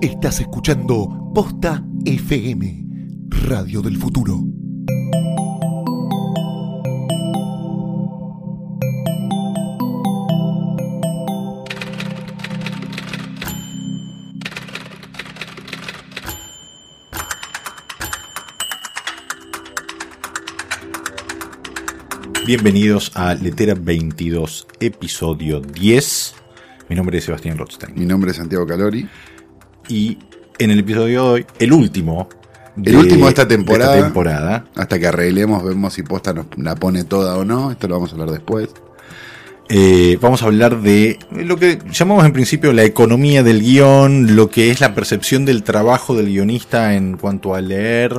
Estás escuchando Posta FM, Radio del Futuro. Bienvenidos a Letera 22, episodio 10. Mi nombre es Sebastián Rothstein. Mi nombre es Santiago Calori. Y en el episodio de hoy, el último de esta temporada, hasta que arreglemos, vemos si Posta nos la pone toda o no. Esto lo vamos a hablar después. Vamos a hablar de lo que llamamos en principio la economía del guión, lo que es la percepción del trabajo del guionista en cuanto a leer,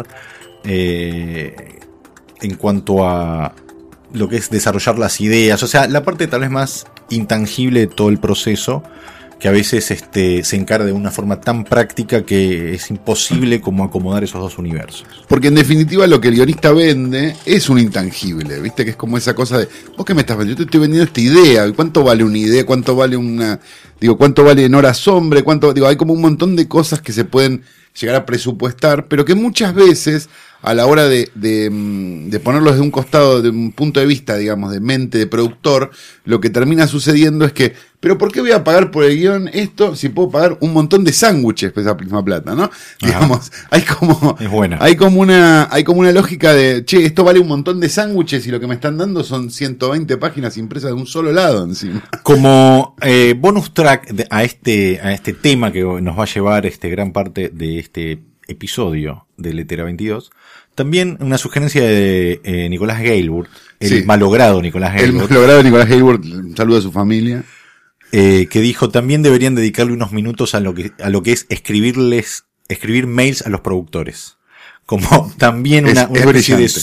en cuanto a lo que es desarrollar las ideas, o sea, la parte tal vez más intangible de todo el proceso, que a veces se encara de una forma tan práctica que es imposible como acomodar esos dos universos. Porque en definitiva lo que el guionista vende es un intangible, ¿viste? Que es como esa cosa de, ¿vos qué me estás vendiendo? Yo te estoy vendiendo esta idea. ¿Cuánto vale una idea? ¿Cuánto vale cuánto vale en horas hombre? Hay como un montón de cosas que se pueden llegar a presupuestar, pero que muchas veces a la hora de ponerlo desde un costado, de un punto de vista, digamos, de mente, de productor, lo que termina sucediendo es que, ¿pero por qué voy a pagar por el guión esto si puedo pagar un montón de sándwiches por esa misma plata, ¿no? Digamos, hay como una lógica de, che, esto vale un montón de sándwiches y lo que me están dando son 120 páginas impresas de un solo lado encima. Como bonus track a este tema que nos va a llevar gran parte de este episodio de Letera 22, también una sugerencia de Nicolás Gayworth, el malogrado Nicolás Gayworth. El malogrado Nicolás Gayworth, un saludo a su familia. Que dijo, también deberían dedicarle unos minutos a lo que es escribir mails a los productores. Como también una especie de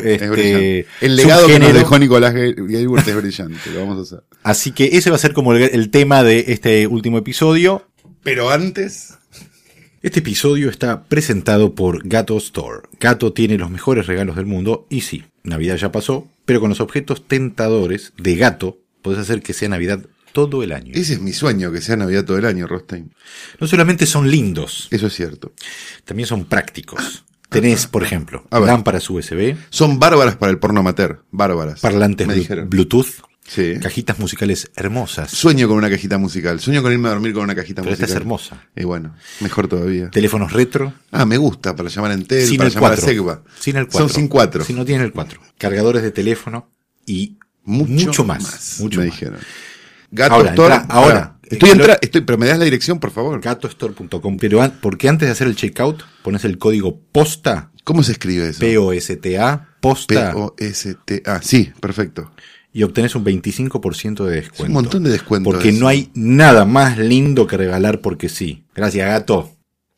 el legado que nos dejó Nicolás Gayworth es brillante, lo vamos a hacer. Así que ese va a ser como el tema de este último episodio. Pero antes, este episodio está presentado por Gato Store. Gato tiene los mejores regalos del mundo y sí, Navidad ya pasó, pero con los objetos tentadores de Gato podés hacer que sea Navidad todo el año. Ese es mi sueño, que sea Navidad todo el año, Rothstein. No solamente son lindos. Eso es cierto. También son prácticos. Tenés, por ejemplo, lámparas USB. Son bárbaras para el porno amateur. Bárbaras. Parlantes Bluetooth. Sí. Cajitas musicales hermosas. Sueño con una cajita musical. Sueño con irme a dormir con una cajita musical. Pero esta es hermosa. Y bueno, mejor todavía. Teléfonos retro. Me gusta, para llamar a Entel, sin para llamar 4. a Segba. Sin el 4. Son sin 4. Si no tienen el 4. Cargadores de teléfono y mucho más. Mucho me más. Dijeron. Gato Store. Ahora. Pero me das la dirección, por favor. Gatostore.com. Pero porque antes de hacer el checkout, pones el código POSTA. ¿Cómo se escribe eso? POSTA. POSTA. POSTA. Sí, perfecto. Y obtenés un 25% de descuento. Es un montón de descuento. Porque no hay nada más lindo que regalar porque sí. Gracias, Gato.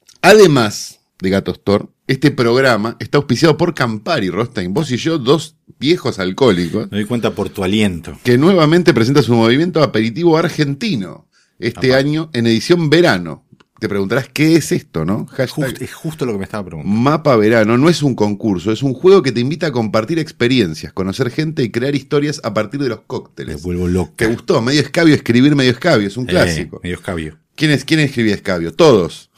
Además de Gato Store, este programa está auspiciado por Campari, Rothstein. Vos y yo, dos viejos alcohólicos. Me doy cuenta por tu aliento. Que nuevamente presenta su movimiento aperitivo argentino. Este año en edición verano. Te preguntarás qué es esto, ¿no? Es justo lo que me estaba preguntando. Mapa Verano no es un concurso, es un juego que te invita a compartir experiencias, conocer gente y crear historias a partir de los cócteles. Me vuelvo loco. ¿Te gustó? Medio escabio, escribir medio escabio, es un clásico. Medio escabio. ¿Quién escribía escabio? Todos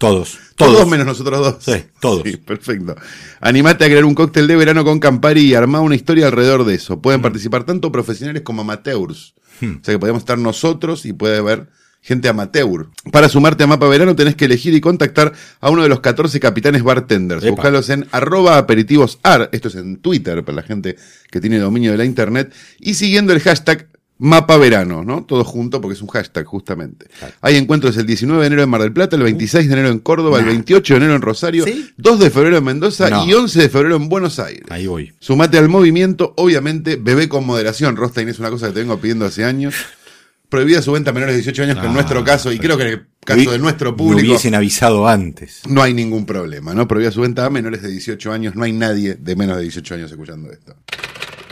menos nosotros dos. Sí, todos. Sí, perfecto. Animate a crear un cóctel de verano con Campari y armá una historia alrededor de eso. Pueden participar tanto profesionales como amateurs. O sea que podemos estar nosotros y puede haber gente amateur. Para sumarte a Mapa Verano tenés que elegir y contactar a uno de los 14 capitanes bartenders. Buscalos en @aperitivosar. Esto es en Twitter para la gente que tiene dominio de la internet. Y siguiendo el hashtag Mapa Verano, ¿no? Todo junto porque es un hashtag justamente. Claro. Hay encuentros el 19 de enero en Mar del Plata, el 26 de enero en Córdoba, el 28 de enero en Rosario, ¿sí? 2 de febrero en Mendoza y 11 de febrero en Buenos Aires. Ahí voy. Sumate al movimiento, obviamente, bebé con moderación. Rothstein, es una cosa que te vengo pidiendo hace años. Prohibida su venta a menores de 18 años, que en nuestro caso, y creo que en el caso de nuestro público, me hubiesen avisado antes. No hay ningún problema, ¿no? Prohibida su venta a menores de 18 años, no hay nadie de menos de 18 años escuchando esto.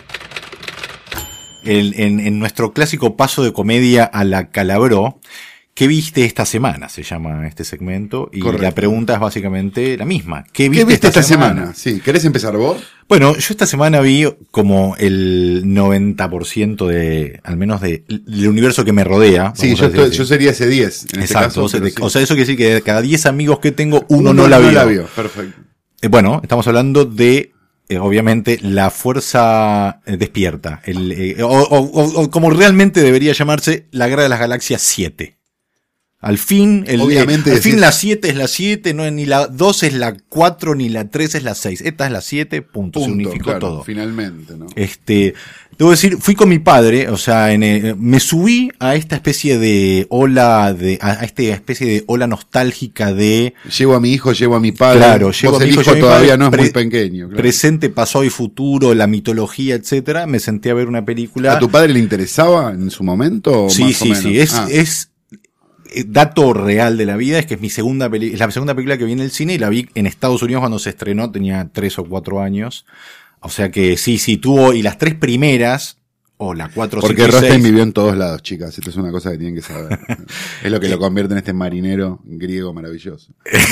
En nuestro clásico paso de comedia a la Calabró, ¿qué viste esta semana? Se llama este segmento. Y Correcto. la pregunta es básicamente la misma. ¿Qué ¿Qué viste esta semana? Sí, ¿querés empezar vos? Bueno, yo esta semana vi como el 90% al menos del universo que me rodea. Sí, vamos a decir así. yo sería ese 10. En Exacto. este caso, pero sí. O sea, eso quiere decir que de cada 10 amigos que tengo, uno no la vio. Perfecto. Bueno, estamos hablando de, obviamente, la fuerza despierta. O como realmente debería llamarse, la Guerra de las Galaxias 7. Al fin, Obviamente al fin decís- la 7 es la 7, no es ni la 2 es la 4, ni la 3 es la 6. Esta es la 7, punto. Se unificó claro, todo. finalmente, ¿no? Debo decir, fui con mi padre, o sea, me subí a esta especie de ola a esta especie de ola nostálgica de Llevo a mi hijo, llevo a mi padre. Claro, llevo Vos a mi el hijo, hijo llevo a mi todavía padre, no es muy pequeño. Claro. presente, pasado y futuro, la mitología, etcétera. Me senté a ver una película. ¿A tu padre le interesaba en su momento? O Sí, más o sí, menos? sí. Ah, Es dato real de la vida, es que es es la segunda película que vi en el cine y la vi en Estados Unidos cuando se estrenó, tenía 3 o 4 años. O sea que sí, tuvo, y las 3 primeras, o la 4, 5 porque y Rostein 6. vivió en todos lados, chicas. Esto es una cosa que tienen que saber. Es lo que lo convierte en este marinero griego maravilloso.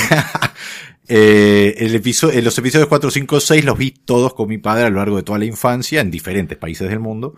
Los episodios 4, 5, 6 los vi todos con mi padre a lo largo de toda la infancia en diferentes países del mundo.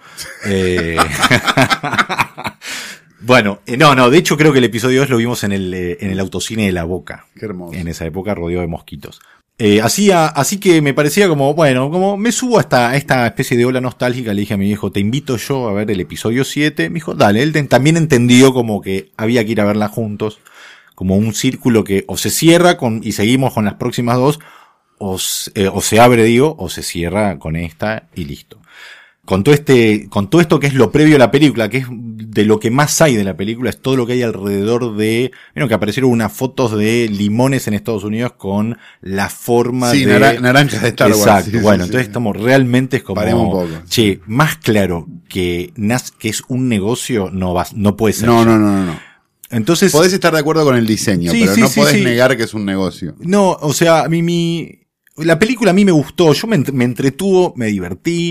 Bueno, no, de hecho creo que el episodio 2 lo vimos en el autocine de La Boca. Qué hermoso. En esa época rodeado de mosquitos. Así que me parecía como me subo a esta especie de ola nostálgica. Le dije a mi viejo, te invito yo a ver el episodio 7. Me dijo, dale, él también entendió como que había que ir a verla juntos. Como un círculo que o se cierra y seguimos con las próximas 2, o se abre, o se cierra con esta y listo. Con todo esto que es lo previo a la película, que es de lo que más hay de la película, es todo lo que hay alrededor de, que aparecieron unas fotos de limones en Estados Unidos con la forma Sí, de naranjas de Star Wars. Exacto. Sí, Bueno, sí, entonces sí. estamos realmente es como, Paremos un poco. che, más claro que es un negocio, no puede ser. No. Entonces, Podés estar de acuerdo con el diseño, Sí, pero sí, no sí, podés sí. negar que es un negocio. no, o sea, la película a mí me gustó, yo me entretuvo, me divertí,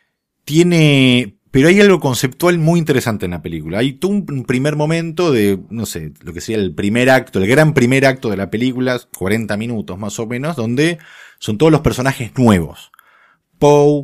pero hay algo conceptual muy interesante en la película. Hay todo un primer momento de, no sé, lo que sería el primer acto, el gran primer acto de la película, 40 minutos más o menos, donde son todos los personajes nuevos. Poe,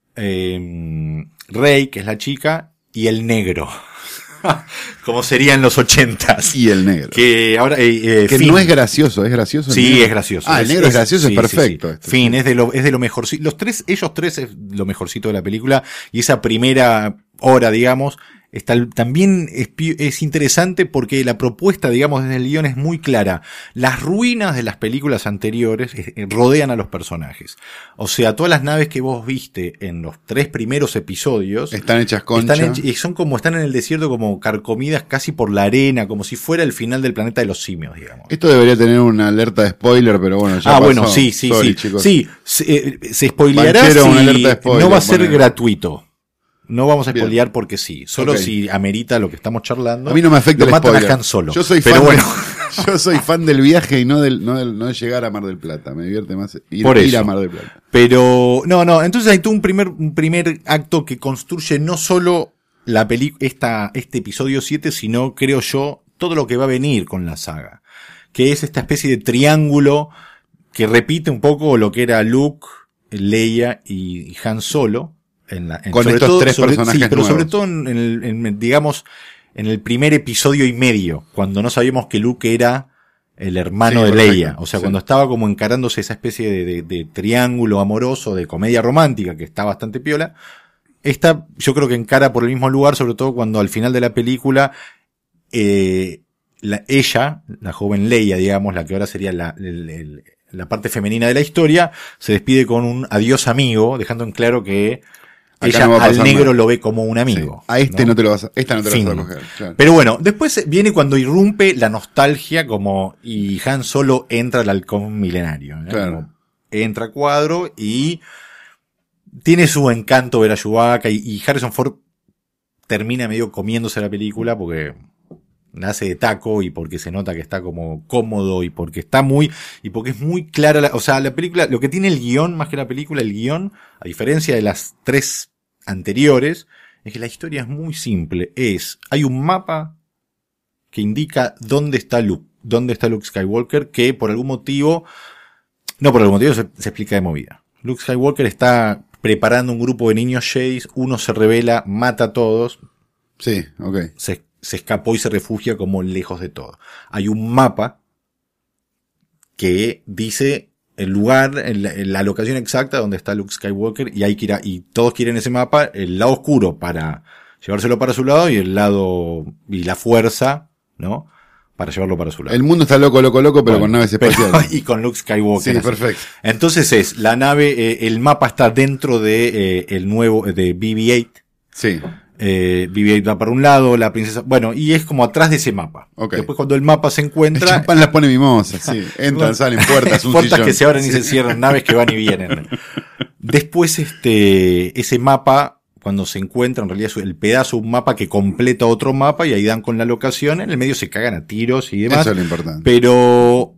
Rey, que es la chica, y el negro. Como sería en los 80s. Y el negro. Que ahora, Que Finn. no es gracioso, ¿es gracioso? el Sí, negro? es gracioso. Ah, el negro es gracioso, sí, es perfecto. sí, sí. Esto, Finn sí. es de lo mejorcito. Ellos tres es lo mejorcito de la película. Y esa primera hora, digamos, también es interesante porque la propuesta, digamos, desde el guión es muy clara. Las ruinas de las películas anteriores rodean a los personajes. O sea, todas las naves que vos viste en los 3 primeros episodios Están hechas concha. y están en el desierto como carcomidas casi por la arena, como si fuera el final del planeta de los simios, digamos. Esto debería tener una alerta de spoiler, pero bueno, ya pasó. Bueno, sí. Sorry, chicos. Sí, se spoileará Banchero, si una alerta de spoiler, no va a ser ponele. gratuito. No vamos a Bien. spoilear porque sí. Solo Ok. si amerita lo que estamos charlando. A mí no me afecta lo el matan spoiler. a Han Solo. Yo soy pero fan bueno, yo soy fan del viaje y no de llegar a Mar del Plata. Me divierte más ir Por a eso. Mar del Plata. pero no. Entonces hay todo un primer acto que construye no solo este episodio 7, sino creo yo todo lo que va a venir con la saga, que es esta especie de triángulo que repite un poco lo que era Luke, Leia y Han Solo. Con estos 3 personajes sí, pero nuevos. sobre todo digamos, en el primer episodio y medio, cuando no sabíamos que Luke era el hermano Sí, de perfecto, Leia. O sea, sí. cuando estaba como encarándose esa especie de triángulo amoroso, de comedia romántica, que está bastante piola. Esta, yo creo que encara por el mismo lugar, sobre todo cuando al final de la película, ella, la joven Leia, digamos, la que ahora sería la parte femenina de la historia, se despide con un adiós amigo, dejando en claro que Acá ella no va a al pasar negro nada. lo ve como un amigo. Sí. A esta no te lo vas a Fin. coger. Claro. Pero bueno, después viene cuando irrumpe la nostalgia y Han Solo entra al halcón milenario. ¿no? Claro. Como entra a cuadro y tiene su encanto ver a Chewbacca y Harrison Ford termina medio comiéndose la película porque la hace de taco y porque se nota que está como cómodo y porque es muy clara, o sea, la película, lo que tiene el guión más que la película, el guión, a diferencia de las 3 anteriores, es que la historia es muy simple, hay un mapa que indica dónde está Luke Skywalker, que por algún motivo, no por algún motivo, se explica de movida. Luke Skywalker está preparando un grupo de niños Jedi, uno se revela, mata a todos. Sí, ok. Se escapó y se refugia como lejos de todo. Hay un mapa que dice el lugar, la locación exacta donde está Luke Skywalker, y hay que ir y todos quieren ese mapa, el lado oscuro para llevárselo para su lado y el lado, y la fuerza, ¿no? Para llevarlo para su lado. El mundo está loco, pero bueno, con naves espaciales. Y con Luke Skywalker. Sí, así. perfecto. Entonces la nave, el mapa está dentro de el nuevo, de BB-8. Sí. BB-8 va para un lado, la princesa, bueno, y es como atrás de ese mapa. Okay. Después cuando el mapa se encuentra, el champán las pone mimosas, sí. Entran, salen, puertas, un puertas sillón. que se abren y se cierran, naves que van y vienen. Después ese mapa, cuando se encuentra, en realidad es el pedazo de un mapa que completa otro mapa y ahí dan con la locación, en el medio se cagan a tiros y demás. Eso es lo importante. Pero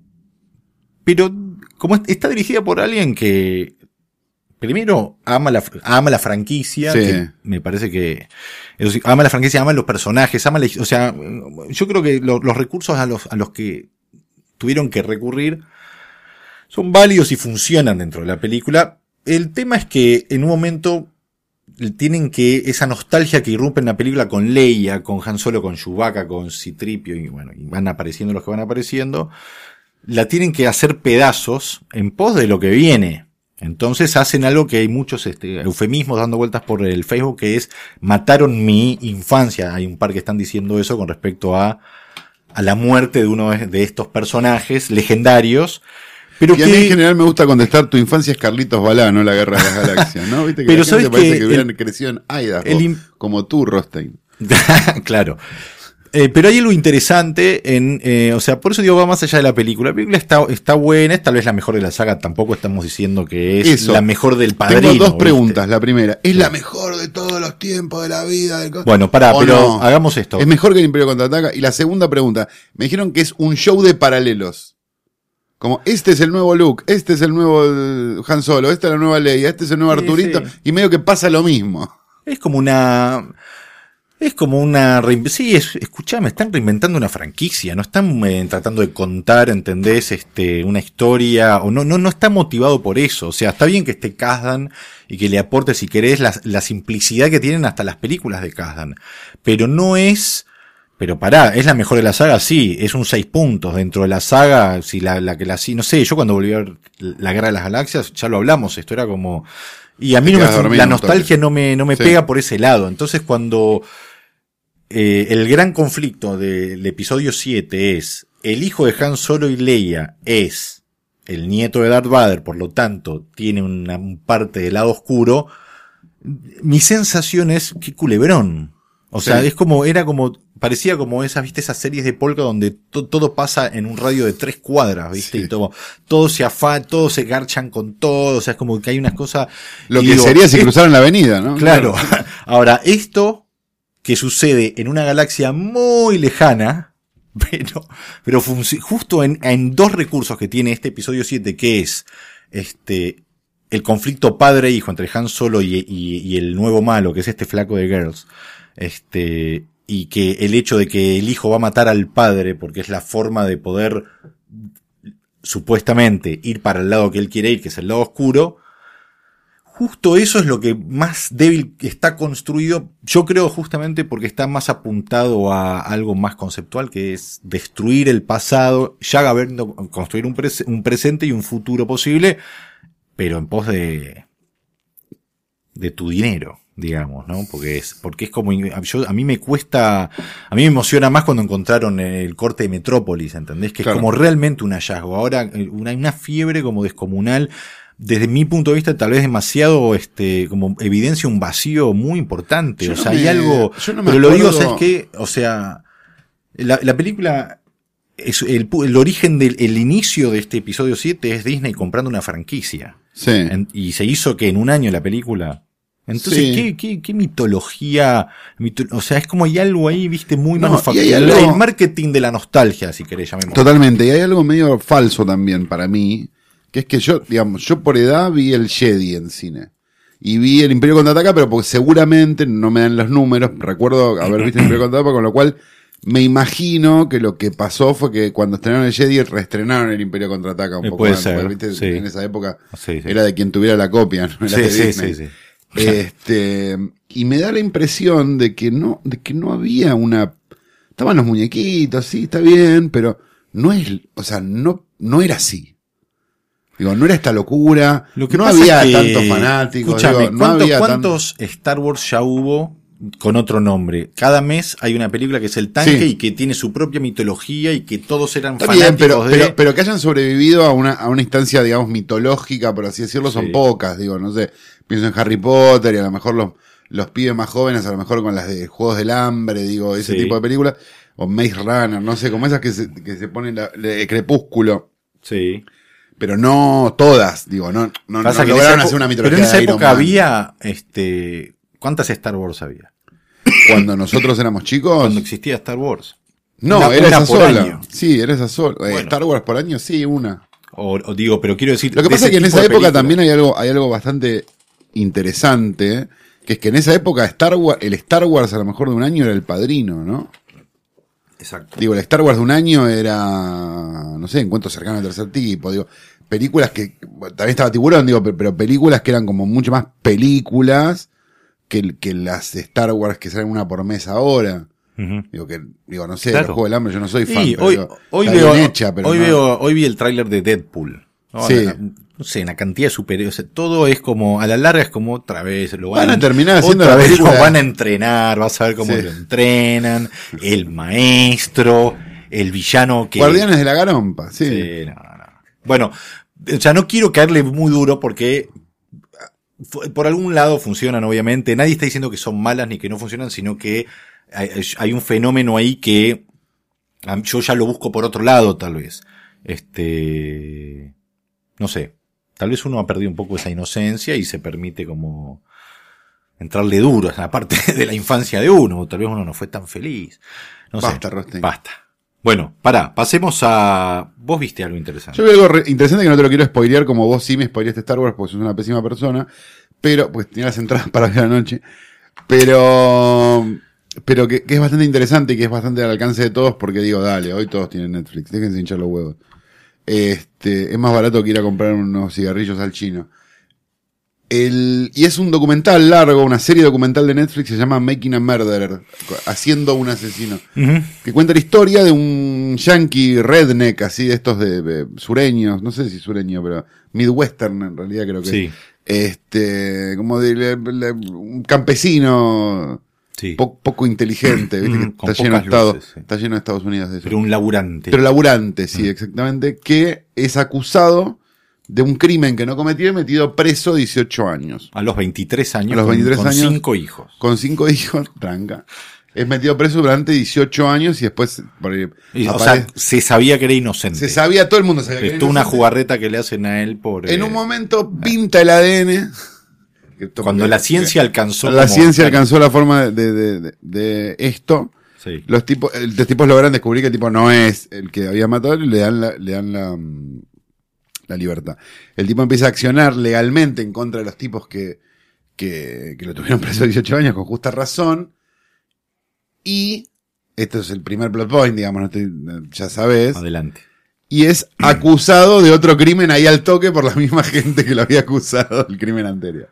como está dirigida por alguien que primero ama la franquicia, sí. Que me parece que ama la franquicia, ama los personajes, o sea, yo creo que los recursos a los que tuvieron que recurrir son válidos y funcionan dentro de la película. El tema es que en un momento tienen que esa nostalgia que irrumpe en la película con Leia, con Han Solo, con Chewbacca, con C-3PO y bueno, y van apareciendo los que van apareciendo, la tienen que hacer pedazos en pos de lo que viene. Entonces hacen algo que hay muchos eufemismos dando vueltas por el Facebook, que es mataron mi infancia. Hay un par que están diciendo eso con respecto a la muerte de uno de estos personajes legendarios. Pero y a mí en general me gusta contestar, tu infancia es Carlitos Balá, no la Guerra de las Galaxias, ¿no? ¿Viste que pero la gente parece que hubieran el, crecido en Idaho, como tú, Rostein. Claro. Pero hay algo interesante o sea, por eso digo, va más allá de la película. La película está buena, es tal vez la mejor de la saga, tampoco estamos diciendo que es eso. La mejor del Padrino. Tengo dos preguntas. ¿Viste? La primera, ¿es la mejor de todos los tiempos de la vida? Bueno, pero no? Hagamos esto. ¿Es mejor que el Imperio Contraataca? Y la segunda pregunta, me dijeron que es un show de paralelos. Como, este es el nuevo Luke, este es el nuevo Han Solo, esta es la nueva Leia, este es el nuevo Arturito, sí. Y medio que pasa lo mismo. Es como una... escuchame, están reinventando una franquicia, no están tratando de contar, ¿entendés? Una historia, o no está motivado por eso. O sea, está bien que esté Kasdan y que le aporte, si querés, la simplicidad que tienen hasta las películas de Kasdan. Pero no es... Pero ¿es la mejor de la saga? Sí, es un 6 puntos dentro de la saga, si no sé, yo cuando volví a ver La Guerra de las Galaxias, ya lo hablamos, esto era como... Y a mí la nostalgia no me sí. Pega por ese lado. Entonces cuando el gran conflicto del episodio 7 es el hijo de Han Solo y Leia es el nieto de Darth Vader, por lo tanto tiene una parte del lado oscuro, mi sensación es que culebrón. O sea, sí. Parecía como esas series de Polka donde todo pasa en un radio de 3 cuadras, ¿viste? Sí. Y todos se garchan con todo, o sea, es como que hay unas cosas... Lo que sería si cruzaran la avenida, ¿no? Claro. Ahora, esto que sucede en una galaxia muy lejana, pero justo en dos recursos que tiene este episodio 7, que es el conflicto padre-hijo entre Han Solo y el nuevo malo, que es este flaco de Girls, y que el hecho de que el hijo va a matar al padre porque es la forma de poder supuestamente ir para el lado que él quiere ir, que es el lado oscuro, justo eso es lo que más débil está construido, yo creo, justamente porque está más apuntado a algo más conceptual, que es destruir el pasado, ya construir un presente y un futuro posible, pero en pos de tu dinero, digamos, ¿no? Porque es como, a mí me emociona más cuando encontraron el corte de Metrópolis, ¿entendés? Que claro. Es como realmente un hallazgo. Ahora, una fiebre como descomunal, desde mi punto de vista, tal vez demasiado, como evidencia un vacío muy importante. O sea, hay algo, pero lo digo, ¿sabes qué? O sea, la película, es el origen el inicio de este episodio 7 es Disney comprando una franquicia. Sí. Y se hizo que en un año la película. Entonces, sí. ¿Qué mitología? O sea, es como hay algo ahí, viste, muy manufacturado. El marketing de la nostalgia, si querés, llamémoslo. Totalmente. Y hay algo medio falso también para mí, que es que yo por edad vi el Jedi en cine. Y vi el Imperio Contraataca, pero porque seguramente no me dan los números. Recuerdo haber visto el Imperio Contraataca, con lo cual Me imagino que lo que pasó fue que cuando estrenaron el Jedi, reestrenaron el Imperio Contraataca un poco puede antes, ser, porque, ¿viste? sí. En esa época Sí. era de quien tuviera la copia, ¿no? Era de Disney. Sí. Y me da la impresión de que no había una... Estaban los muñequitos, sí, está bien, pero no era así. Digo, no era esta locura, Lo que no pasa había es que, tantos fanáticos. Escúchame, Digo, no había ¿cuántos Star Wars ya hubo con otro nombre? Cada mes hay una película que es El Tanque Sí. y que tiene su propia mitología y que todos eran Está bien, fanáticos pero que hayan sobrevivido a una instancia, digamos, mitológica, por así decirlo, son Sí. pocas, digo, no sé, pienso en Harry Potter y a lo mejor los pibes más jóvenes, a lo mejor con las de Juegos del Hambre, digo, ese Sí. tipo de películas, o Maze Runner, no sé, como esas que se ponen Crepúsculo, Sí. pero no todas, digo, no Pasa que en lograron esa hacer una época- mitología pero en esa de Iron época Man. había, ¿cuántas Star Wars había? Cuando nosotros éramos chicos, Cuando existía Star Wars. no, una era esa por sola. año. Sí, era esa sola. Bueno. Star Wars por año, sí, una. O digo, pero quiero decir. Lo que de pasa es ese que en tipo esa de época películas. también hay algo bastante interesante, que es que en esa época el Star Wars a lo mejor de un año era El Padrino, ¿no? Exacto. Digo, el Star Wars de un año era, no sé, Encuentros cercanos al tercer tipo, digo, películas que, bueno, también estaba Tiburón, digo, pero películas que eran como mucho más películas que las Star Wars que salen una por mes ahora. Ujú. Digo, no sé, Claro. los Juegos del Hambre, yo no soy fan, Sí, pero hoy está veo, bien hecha, pero no. hoy vi el tráiler de Deadpool. ¿No? Sí. No sé, una cantidad de superhéroes. O sea, todo es como, a la larga es como otra vez. Van a terminar haciendo otra la vez película. lo van a entrenar, vas a ver cómo Sí. lo entrenan. El maestro, el villano que. Guardianes de la Garompa, sí. Sí, no. Bueno, o sea, no quiero caerle muy duro porque por algún lado funcionan, obviamente. Nadie está diciendo que son malas ni que no funcionan, sino que hay un fenómeno ahí que yo ya lo busco por otro lado, tal vez. No sé. Tal vez uno ha perdido un poco esa inocencia y se permite como entrarle duro a la parte de la infancia de uno. O tal vez uno no fue tan feliz. No Basta, sé. Rostein. Basta. Bueno, pasemos a... Vos viste algo interesante. Yo veo algo interesante que no te lo quiero spoilear como vos sí me spoileaste Star Wars porque sos una pésima persona, pero, pues tenía las entradas para ver anoche, pero que es bastante interesante y que es bastante al alcance de todos porque digo, dale, hoy todos tienen Netflix, déjense hinchar los huevos. Es más barato que ir a comprar unos cigarrillos al chino. Y es un documental largo, una serie documental de Netflix, se llama Making a Murderer, haciendo un asesino, Ujú. que cuenta la historia de un yankee redneck, así de estos de sureños, no sé si sureño, pero midwestern en realidad creo que Sí. como un campesino Sí. poco inteligente, ¿viste? Que Con está lleno, pocas luces, sí. está lleno de Estados Unidos de eso. Pero un laburante. Pero laburante, sí, exactamente, que es acusado de un crimen que no cometió y metido preso 18 años. A los 23 años. A los 23 con años. 5 hijos. Con 5 hijos, tranca. Es metido preso durante 18 años y después O sea, se sabía que era inocente. se sabía, todo el mundo sabía que era Esto una inocente. jugarreta que le hacen a él por... En un momento pinta el ADN. cuando la ciencia alcanzó... La como- ciencia alcanzó la forma de esto. Sí. Los tipos logran descubrir que el tipo no es el que había matado y le dan la libertad. El tipo empieza a accionar legalmente en contra de los tipos que lo tuvieron preso 18 años con justa razón. Y esto es el primer plot point, digamos, ya sabes. Adelante. Y es acusado de otro crimen ahí al toque por la misma gente que lo había acusado del crimen anterior.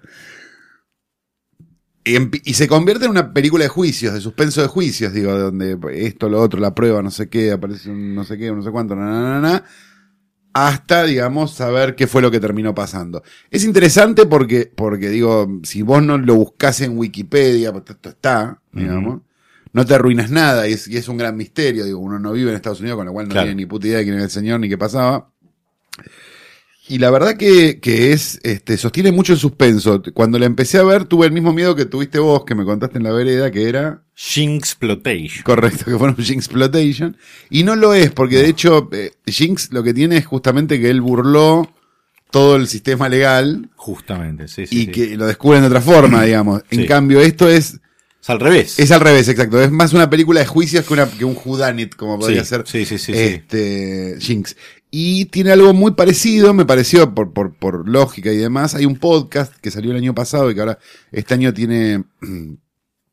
Y se convierte en una película de juicios, de suspenso de juicios, digo, donde esto, lo otro, la prueba, no sé qué, aparece un no sé qué, un no sé cuánto, hasta, digamos, saber qué fue lo que terminó pasando. Es interesante porque digo, si vos no lo buscás en Wikipedia, pues esto está, digamos, no te arruinas nada y es un gran misterio, digo, uno no vive en Estados Unidos, con lo cual no Claro. tiene ni puta idea de quién era el señor ni qué pasaba. Y la verdad que sostiene mucho el suspenso. Cuando la empecé a ver, tuve el mismo miedo que tuviste vos, que me contaste en la vereda, que era... Jinxploitation. Correcto, que fue un Jinxploitation. Y no lo es, porque de hecho, Jinx lo que tiene es justamente que él burló todo el sistema legal Justamente, sí. y que lo descubren de otra forma, digamos. En Sí. cambio, esto es al revés. al revés, exacto. Es más una película de juicios que un whodunit, como podría Sí, ser sí. Jinx. Y tiene algo muy parecido, me pareció, por lógica y demás. Hay un podcast que salió el año pasado y que ahora este año tiene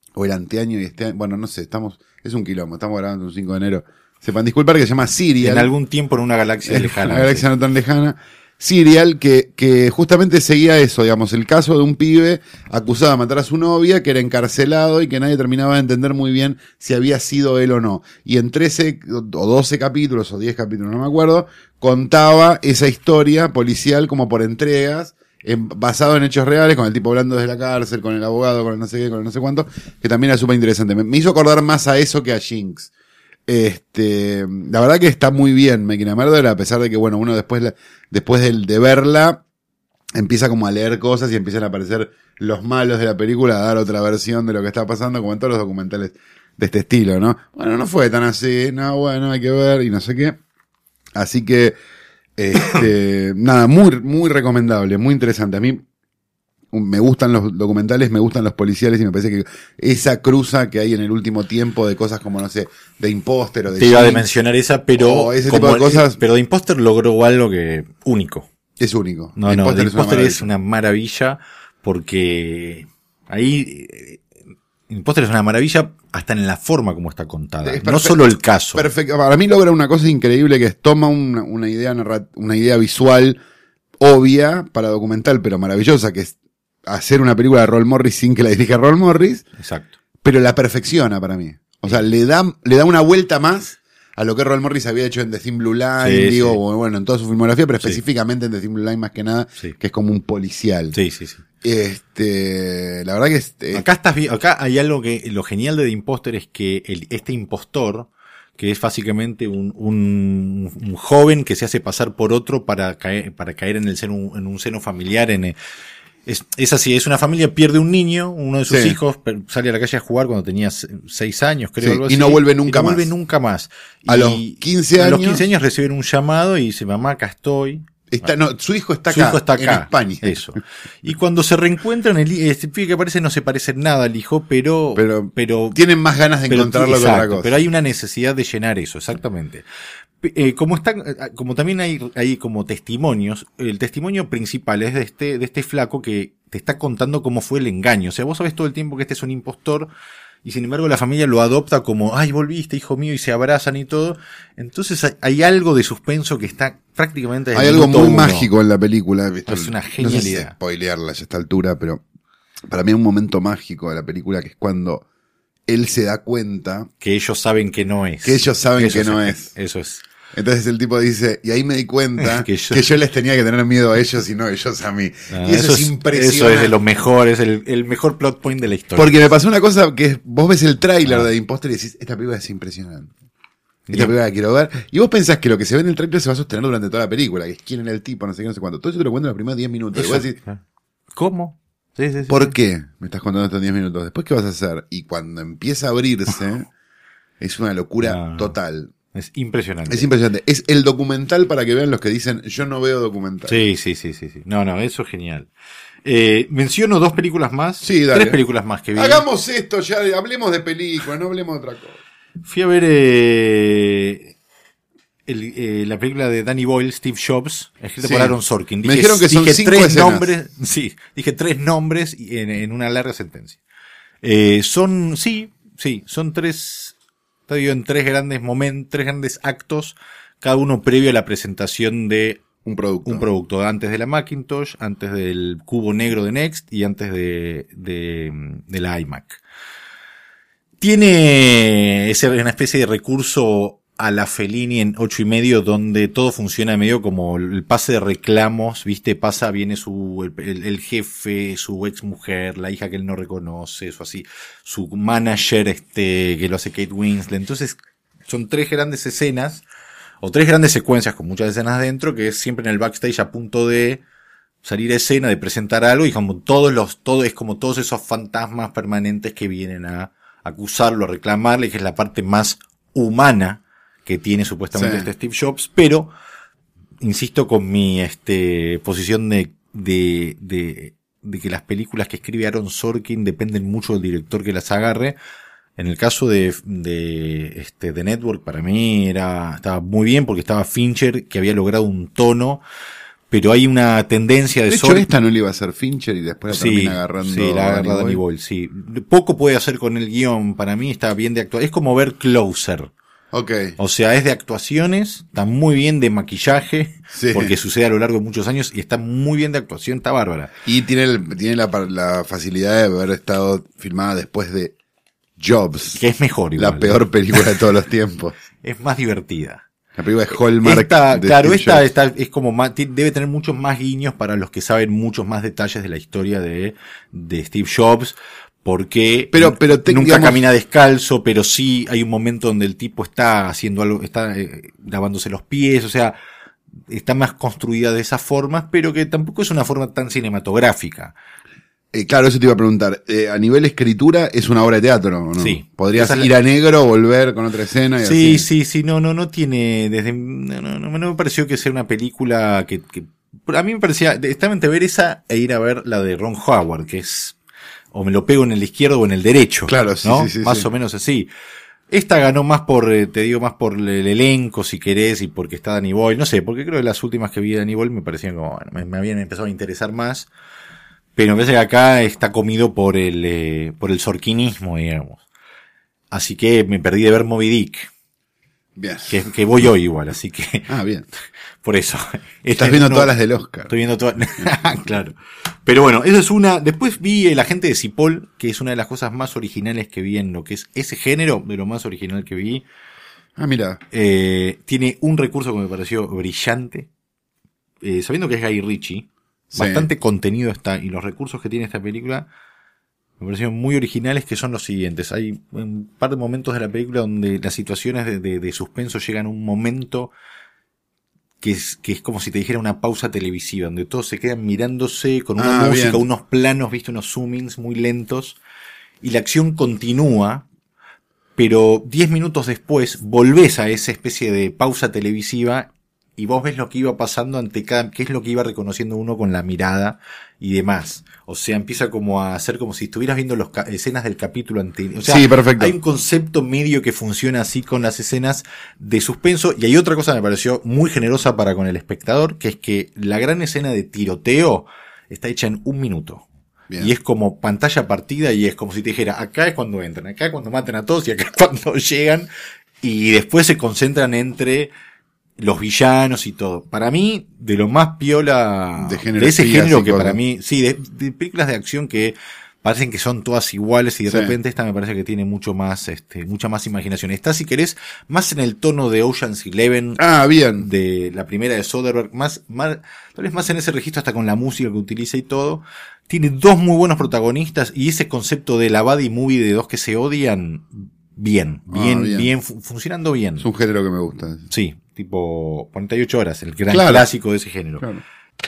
o el anteaño y este año, bueno, no sé, es un quilombo, estamos grabando un 5 de enero. Sepan disculpar, que se llama Serial. En algún tiempo en una galaxia lejana. Una galaxia no tan lejana. Serial, que justamente seguía eso, digamos, el caso de un pibe acusado de matar a su novia, que era encarcelado y que nadie terminaba de entender muy bien si había sido él o no. Y en 13 o 12 capítulos o 10 capítulos, no me acuerdo, contaba esa historia policial como por entregas, basado en hechos reales, con el tipo hablando desde la cárcel, con el abogado, con el no sé qué, con el no sé cuánto, que también era súper interesante. Me hizo acordar más a eso que a Jinx. La verdad que está muy bien Máquina Murder, a pesar de que, bueno, uno después de verla, empieza como a leer cosas y empiezan a aparecer los malos de la película, a dar otra versión de lo que está pasando, como en todos los documentales de este estilo, ¿no? Bueno, no fue tan así, no, bueno, hay que ver y no sé qué. Así que, nada, muy, muy recomendable, muy interesante. A mí me gustan los documentales, me gustan los policiales y me parece que esa cruza que hay en el último tiempo de cosas como, no sé, de Imposter o de... Te iba a mencionar esa, pero... ese tipo de cosas... Pero de Imposter logró algo que... único. Es único. No, de Imposter es una maravilla porque ahí... Imposter es una maravilla hasta en la forma como está contada. No solo el caso. Perfecto. Para mí logra una cosa increíble que es toma una idea visual obvia para documental, pero maravillosa, que es hacer una película de Roll Morris sin que la dirija Roll Morris. Exacto. Pero la perfecciona para mí. O sea, le da una vuelta más a lo que Roll Morris había hecho en The Thin Blue Line, bueno, en toda su filmografía, pero específicamente en The Thin Blue Line más que nada, que es como un policial. Sí. La verdad que acá hay algo que, lo genial de The Imposter es que este impostor, que es básicamente un joven que se hace pasar por otro para caer en un seno familiar, es así, es una familia, pierde un niño, uno de sus hijos sale a la calle a jugar cuando tenía 6 años, creo, algo así. Y no vuelve nunca más. A los 15 años. A los 15 años reciben un llamado y dice, mamá, acá estoy. Su hijo está acá, en España. Eso. Y cuando se reencuentran, este pibe que aparece no se parece en nada al hijo, pero tienen más ganas de encontrarlo que otra cosa. Pero hay una necesidad de llenar eso, exactamente. Como también hay como testimonios, el testimonio principal es de este flaco que te está contando cómo fue el engaño. O sea, vos sabés todo el tiempo que este es un impostor y sin embargo la familia lo adopta como, ay, volviste, hijo mío, y se abrazan y todo. Entonces hay algo de suspenso que está prácticamente... Hay algo muy mágico en la película. Es una genialidad. No sé si spoilearla a esta altura, pero para mí hay un momento mágico de la película que es cuando él se da cuenta... Que ellos saben que no es. Eso es. Entonces el tipo dice, y ahí me di cuenta que yo les tenía que tener miedo a ellos y no ellos a mí. Y eso es impresionante. Eso es de lo mejor, es el mejor plot point de la historia. Porque me pasó una cosa que es, vos ves el tráiler de Imposter y decís, esta película es impresionante. Esta película la quiero ver. Y vos pensás que lo que se ve en el tráiler se va a sostener durante toda la película, que es quién era el tipo, no sé qué, no sé cuánto. Todo eso te lo cuento en los primeros 10 minutos. Y vos decís, ¿cómo? Sí. ¿Por qué me estás contando estos 10 minutos? Después, ¿qué vas a hacer? Y cuando empieza a abrirse, es una locura total. Es impresionante. Es el documental para que vean los que dicen, yo no veo documental. Sí. No, eso es genial. Menciono 2 películas más. Sí, dale. 3 películas más que vi. Hagamos esto ya, hablemos de películas, no hablemos de otra cosa. Fui a ver la película de Danny Boyle, Steve Jobs, escrita por Aaron Sorkin. Me dijeron que son 5 3 escenas. nombres. Sí, dije 3 nombres en una larga sentencia. Son 3... Está dividido en 3 grandes momentos, 3 grandes actos, cada uno previo a la presentación de un producto. Antes de la Macintosh, antes del cubo negro de Next y antes de la iMac. Tiene una especie de recurso a la Fellini en 8:30, donde todo funciona medio como el pase de reclamos, ¿viste? Viene el jefe, su ex mujer, la hija que él no reconoce, su manager, que lo hace Kate Winslet. Entonces, son 3 grandes escenas, o 3 grandes secuencias con muchas escenas dentro, que es siempre en el backstage a punto de salir a escena, de presentar algo, y como es como todos esos fantasmas permanentes que vienen a acusarlo, a reclamarle, que es la parte más humana que tiene supuestamente este Steve Jobs, pero insisto con mi posición de que las películas que escribe Aaron Sorkin dependen mucho del director que las agarre. En el caso de Network, para mí estaba muy bien porque estaba Fincher, que había logrado un tono, pero hay una tendencia de... De hecho, esta no le iba a hacer Fincher y después la termina agarrando. Sí, la agarra Danny Boyle, sí. Poco puede hacer con el guión, para mí está bien de actuar. Es como ver Closer. Okay. O sea, es de actuaciones, está muy bien de maquillaje, sí, porque sucede a lo largo de muchos años, y está muy bien de actuación, está bárbara. Y tiene la facilidad de haber estado filmada después de Jobs. Que es mejor igual. La peor película de todos los tiempos. Es más divertida. La película de Hallmark. Claro, esta es como más, debe tener muchos más guiños para los que saben muchos más detalles de la historia de Steve Jobs. Porque pero nunca camina descalzo, pero sí hay un momento donde el tipo está haciendo algo, está lavándose los pies, o sea, está más construida de esas formas, pero que tampoco es una forma tan cinematográfica. Claro, eso te iba a preguntar. A nivel escritura, ¿es una obra de teatro o no? Sí. ¿Podrías ir a negro, volver con otra escena? Y sí, no tiene, no me pareció que sea una película que a mí me parecía, estaba entre ver esa e ir a ver la de Ron Howard, que es, o me lo pego en el izquierdo o en el derecho. Claro, sí, ¿no? sí. Más o menos así. Esta ganó más más por el elenco, si querés, y porque está Danny Boyle. No sé, porque creo que las últimas que vi de Danny Boyle me parecían como, bueno, me habían empezado a interesar más. Pero me parece que acá está comido por el sorquinismo, digamos. Así que me perdí de ver Moby Dick. Bien. Que voy hoy igual, así que. Ah, bien. Por eso. Estás viendo todas las del Oscar. Estoy viendo todas. Claro. Pero bueno, eso es una. Después vi El agente de Cipoll, que es una de las cosas más originales que vi en lo que es ese género, de lo más original que vi. Ah, mira. Tiene un recurso que me pareció brillante. Sabiendo que es Guy Ritchie, sí, bastante contenido está, y los recursos que tiene esta película me parecieron muy originales, que son los siguientes. Hay un par de momentos de la película donde las situaciones de suspenso llegan a un momento que es como si te dijera una pausa televisiva, donde todos se quedan mirándose con una música, bien, unos planos, viste, unos zoomings muy lentos, y la acción continúa, pero 10 minutos después volvés a esa especie de pausa televisiva y vos ves lo que iba pasando ante qué es lo que iba reconociendo uno con la mirada y demás. O sea, empieza como a hacer como si estuvieras viendo las escenas del capítulo anterior. O sea, sí, perfecto. Hay un concepto medio que funciona así con las escenas de suspenso. Y hay otra cosa que me pareció muy generosa para con el espectador, que es que la gran escena de tiroteo está hecha en 1 minuto. Bien. Y es como pantalla partida, y es como si te dijera, acá es cuando entran, acá es cuando matan a todos y acá es cuando llegan. Y después se concentran entre los villanos y todo. Para mí, de lo más piola de ese género, que para mí, sí, de películas de acción que parecen que son todas iguales, y de repente esta me parece que tiene mucho más, mucha más imaginación. Está, si querés, más en el tono de Ocean's 11. Bien. De la primera de Soderbergh, tal vez más en ese registro, hasta con la música que utiliza y todo. Tiene 2 muy buenos protagonistas, y ese concepto de la buddy movie de 2 que se odian, bien, funcionando bien. Es un género que me gusta. Sí. Tipo 48 horas, el gran clásico de ese género. Claro.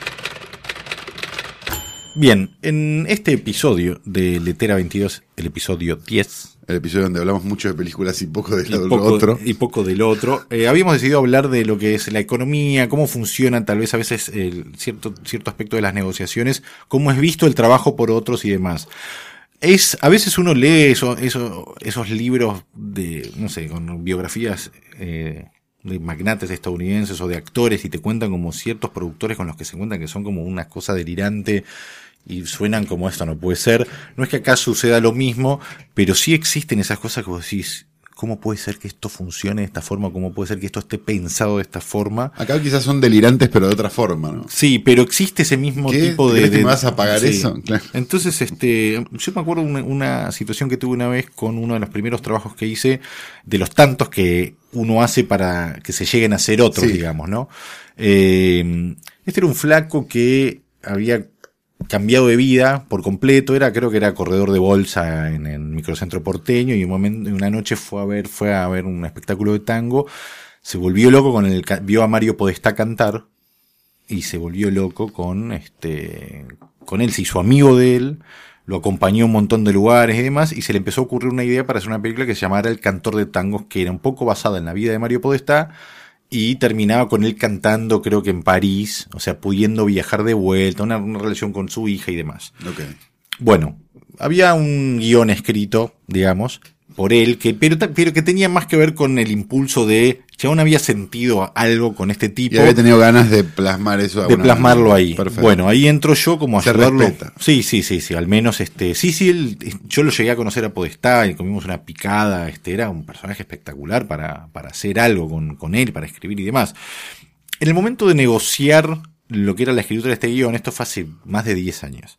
Bien, en este episodio de Letera 22, el episodio 10. El episodio donde hablamos mucho de películas y poco de lo otro. Y poco del otro. Habíamos decidido hablar de lo que es la economía, cómo funcionan tal vez a veces cierto aspecto de las negociaciones, cómo es visto el trabajo por otros y demás. A veces uno lee esos libros de, no sé, con biografías de magnates estadounidenses o de actores, y te cuentan como ciertos productores con los que se encuentran que son como una cosa delirante y suenan como esto no puede ser. No es que acá suceda lo mismo, pero sí existen esas cosas que vos decís, ¿cómo puede ser que esto funcione de esta forma? ¿Cómo puede ser que esto esté pensado de esta forma? Acá quizás son delirantes, pero de otra forma, ¿no? Sí, pero existe ese mismo tipo de... ¿Crees que me vas a pagar eso? Claro. Entonces, yo me acuerdo una situación que tuve una vez con uno de los primeros trabajos que hice, de los tantos que uno hace para que se lleguen a ser otros, digamos, ¿no? Este era un flaco que había cambiado de vida por completo, creo que era corredor de bolsa en el microcentro porteño, y una noche fue a ver un espectáculo de tango, se volvió loco vio a Mario Podestá cantar, y se volvió loco con él, se hizo amigo de él, lo acompañó a un montón de lugares y demás, y se le empezó a ocurrir una idea para hacer una película que se llamara El cantor de tangos, que era un poco basada en la vida de Mario Podestá, y terminaba con él cantando, creo que en París, o sea, pudiendo viajar de vuelta, una relación con su hija y demás. Okay. Bueno, había un guión escrito, digamos, por él, pero que tenía más que ver con el impulso de chabón había sentido algo con este tipo. Y había tenido ganas de plasmar eso. De plasmarlo manera. Ahí. Perfecto. Bueno, ahí entro yo como a Se ayudarlo. respeta. Sí, al menos yo lo llegué a conocer a Podestá y comimos una picada, era un personaje espectacular para hacer algo con él, para escribir y demás. En el momento de negociar lo que era la escritura de este guión, esto fue hace más de 10 años.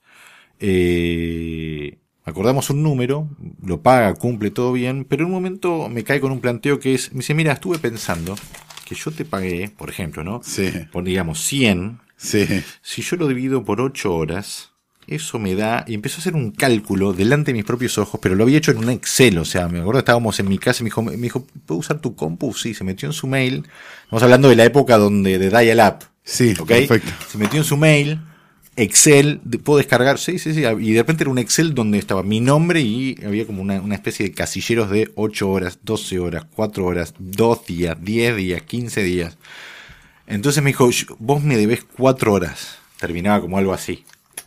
Acordamos un número, lo paga, cumple todo bien, pero en un momento me cae con un planteo que me dice, mira, estuve pensando que yo te pagué, por ejemplo, ¿no? Sí. Por, digamos, 100. Sí. Si yo lo divido por 8 horas, eso me da, y empezó a hacer un cálculo delante de mis propios ojos, pero lo había hecho en un Excel, o sea, me acuerdo que estábamos en mi casa y me dijo, ¿puedo usar tu compu? Sí, se metió en su mail, estamos hablando de la época de dial-up. Sí, ¿okay? perfecto. Se metió en su mail, Excel, puedo descargar, sí, y de repente era un Excel donde estaba mi nombre y había como una especie de casilleros de 8 horas, 12 horas, 4 horas, 2 días, 10 días, 15 días. Entonces me dijo, vos me debés 4 horas. Terminaba como algo así.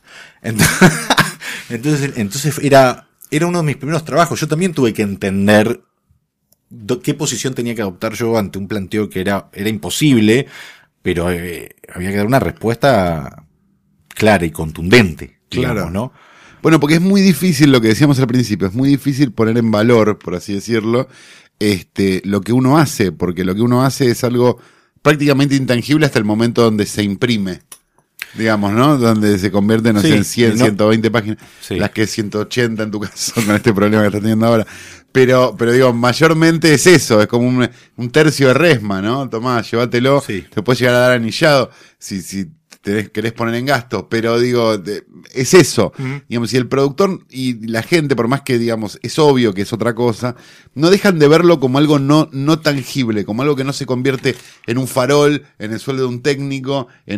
Entonces era uno de mis primeros trabajos. Yo también tuve que entender qué posición tenía que adoptar yo ante un planteo que era imposible, pero había que dar una respuesta clara y contundente, digamos, Claro. ¿no? Bueno, porque es muy difícil lo que decíamos al principio, es muy difícil poner en valor, por así decirlo, lo que uno hace, porque lo que uno hace es algo prácticamente intangible hasta el momento donde se imprime, digamos, ¿no? Donde se convierte, no Sí, sé, en 100, no. 120 páginas, Sí. las que 180 en tu caso, con este problema que estás teniendo ahora. Pero digo, mayormente es eso, es como un tercio de resma, ¿no? Tomá, llévatelo, Sí. te puedes llegar a dar anillado, si querés poner en gasto, pero digo, es eso. Digamos, si el productor y la gente, por más que digamos, es obvio que es otra cosa, no dejan de verlo como algo no tangible, como algo que no se convierte en un farol, en el sueldo de un técnico, en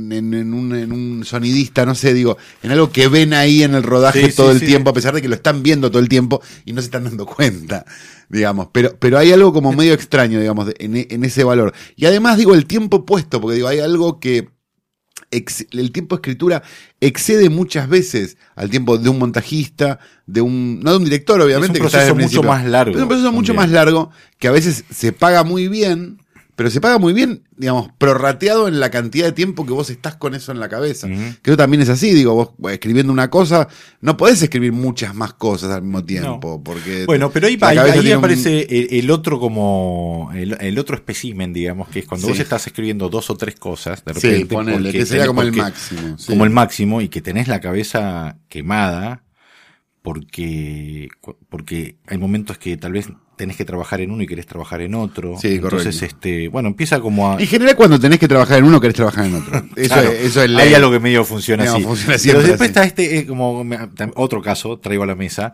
un sonidista, no sé, digo, en algo que ven ahí en el rodaje Sí, todo sí, el sí. tiempo, a pesar de que lo están viendo todo el tiempo y no se están dando cuenta, digamos, pero hay algo como medio extraño, digamos, en ese valor. Y además digo, el tiempo puesto, porque digo, hay algo que el tiempo de escritura excede muchas veces al tiempo de un montajista, no de un director, obviamente. Es un que está desde proceso el mucho principio. más largo. Es un proceso mucho también. más largo, que a veces se paga muy bien, pero se paga muy bien, digamos, prorrateado en la cantidad de tiempo que vos estás con eso en la cabeza. Ujú. Que eso también es así, digo, vos escribiendo una cosa, no podés escribir muchas más cosas al mismo tiempo, porque... Bueno, pero la cabeza ahí tiene aparece el otro como el otro espécimen, digamos, que es cuando Sí. vos estás escribiendo 2 o 3 cosas, de Sí, repente, ponele, porque que sería como el porque- máximo. sí. como el máximo, y que tenés la cabeza quemada, porque hay momentos que tal vez tenés que trabajar en uno y querés trabajar en otro. Sí, Entonces, correcto. bueno, empieza como a... En general, cuando tenés que trabajar en uno, querés trabajar en otro. Eso, Claro, eso es hay ley. algo que medio funciona No, así. funciona Pero siempre después así. está otro caso, traigo a la mesa,